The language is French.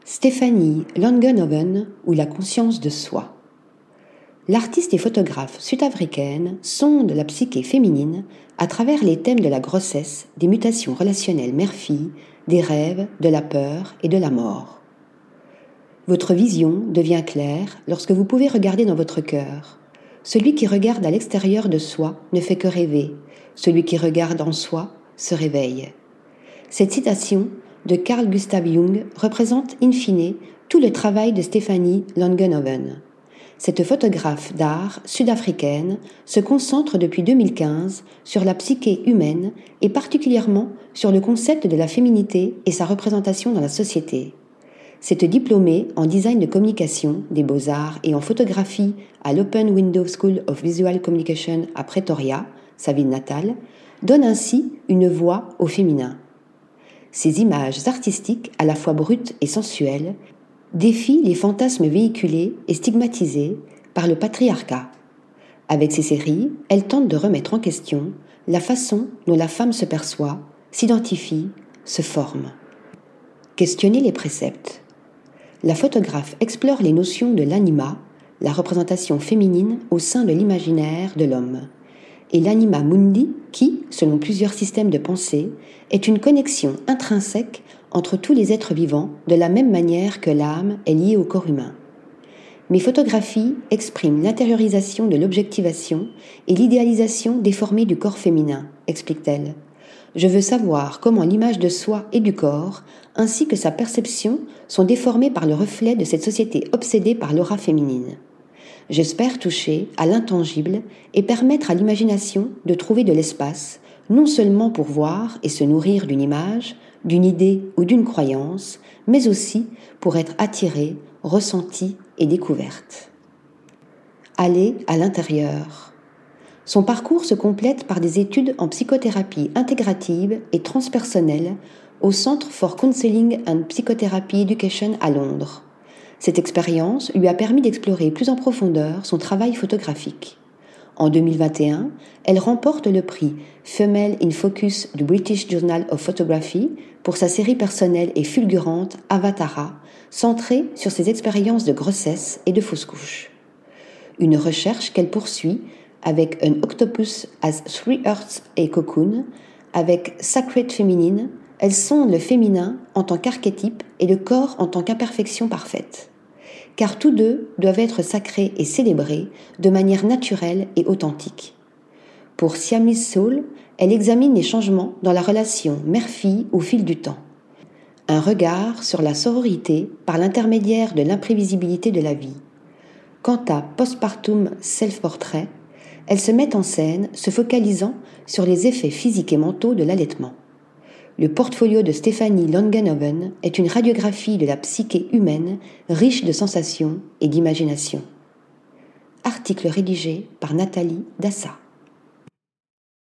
Stephanie Langenhoven ou la conscience de soi. L'artiste et photographe sud-africaine sonde la psyché féminine à travers les thèmes de la grossesse, des mutations relationnelles mère-fille, des rêves, de la peur et de la mort. Votre vision devient claire lorsque vous pouvez regarder dans votre cœur. Celui qui regarde à l'extérieur de soi ne fait que rêver. Celui qui regarde en soi se réveille. Cette citation de Carl Gustav Jung représente in fine tout le travail de Stephanie Langenhoven. Cette photographe d'art sud-africaine se concentre depuis 2015 sur la psyché humaine et particulièrement sur le concept de la féminité et sa représentation dans la société. Cette diplômée en design de communication des beaux-arts et en photographie à l'Open Window School of Visual Communication à Pretoria, sa ville natale, donne ainsi une voix au féminin. Ces images artistiques, à la fois brutes et sensuelles, défient les fantasmes véhiculés et stigmatisés par le patriarcat. Avec ces séries, elle tente de remettre en question la façon dont la femme se perçoit, s'identifie, se forme. Questionner les préceptes. La photographe explore les notions de l'anima, la représentation féminine au sein de l'imaginaire de l'homme, et l'anima mundi qui, selon plusieurs systèmes de pensée, est une connexion intrinsèque entre tous les êtres vivants de la même manière que l'âme est liée au corps humain. Mes photographies expriment l'intériorisation de l'objectivation et l'idéalisation déformée du corps féminin, explique-t-elle. Je veux savoir comment l'image de soi et du corps, ainsi que sa perception, sont déformées par le reflet de cette société obsédée par l'aura féminine. J'espère toucher à l'intangible et permettre à l'imagination de trouver de l'espace, non seulement pour voir et se nourrir d'une image, d'une idée ou d'une croyance, mais aussi pour être attirée, ressentie et découverte. Aller à l'intérieur. Son parcours se complète par des études en psychothérapie intégrative et transpersonnelle au Centre for Counseling and Psychotherapy Education à Londres. Cette expérience lui a permis d'explorer plus en profondeur son travail photographique. En 2021, elle remporte le prix Female in Focus du British Journal of Photography pour sa série personnelle et fulgurante Avatara, centrée sur ses expériences de grossesse et de fausse couche. Une recherche qu'elle poursuit avec An Octopus as Three Earths et Cocoon, avec Sacred Féminine, elle sonde le féminin en tant qu'archétype et le corps en tant qu'imperfection parfaite. Car tous deux doivent être sacrés et célébrés de manière naturelle et authentique. Pour Siamese Soul, elle examine les changements dans la relation mère-fille au fil du temps. Un regard sur la sororité par l'intermédiaire de l'imprévisibilité de la vie. Quant à Postpartum Self-Portrait, elle se met en scène se focalisant sur les effets physiques et mentaux de l'allaitement. Le portfolio de Stephanie Langenhoven est une radiographie de la psyché humaine riche de sensations et d'imagination. Article rédigé par Nathalie Dassa.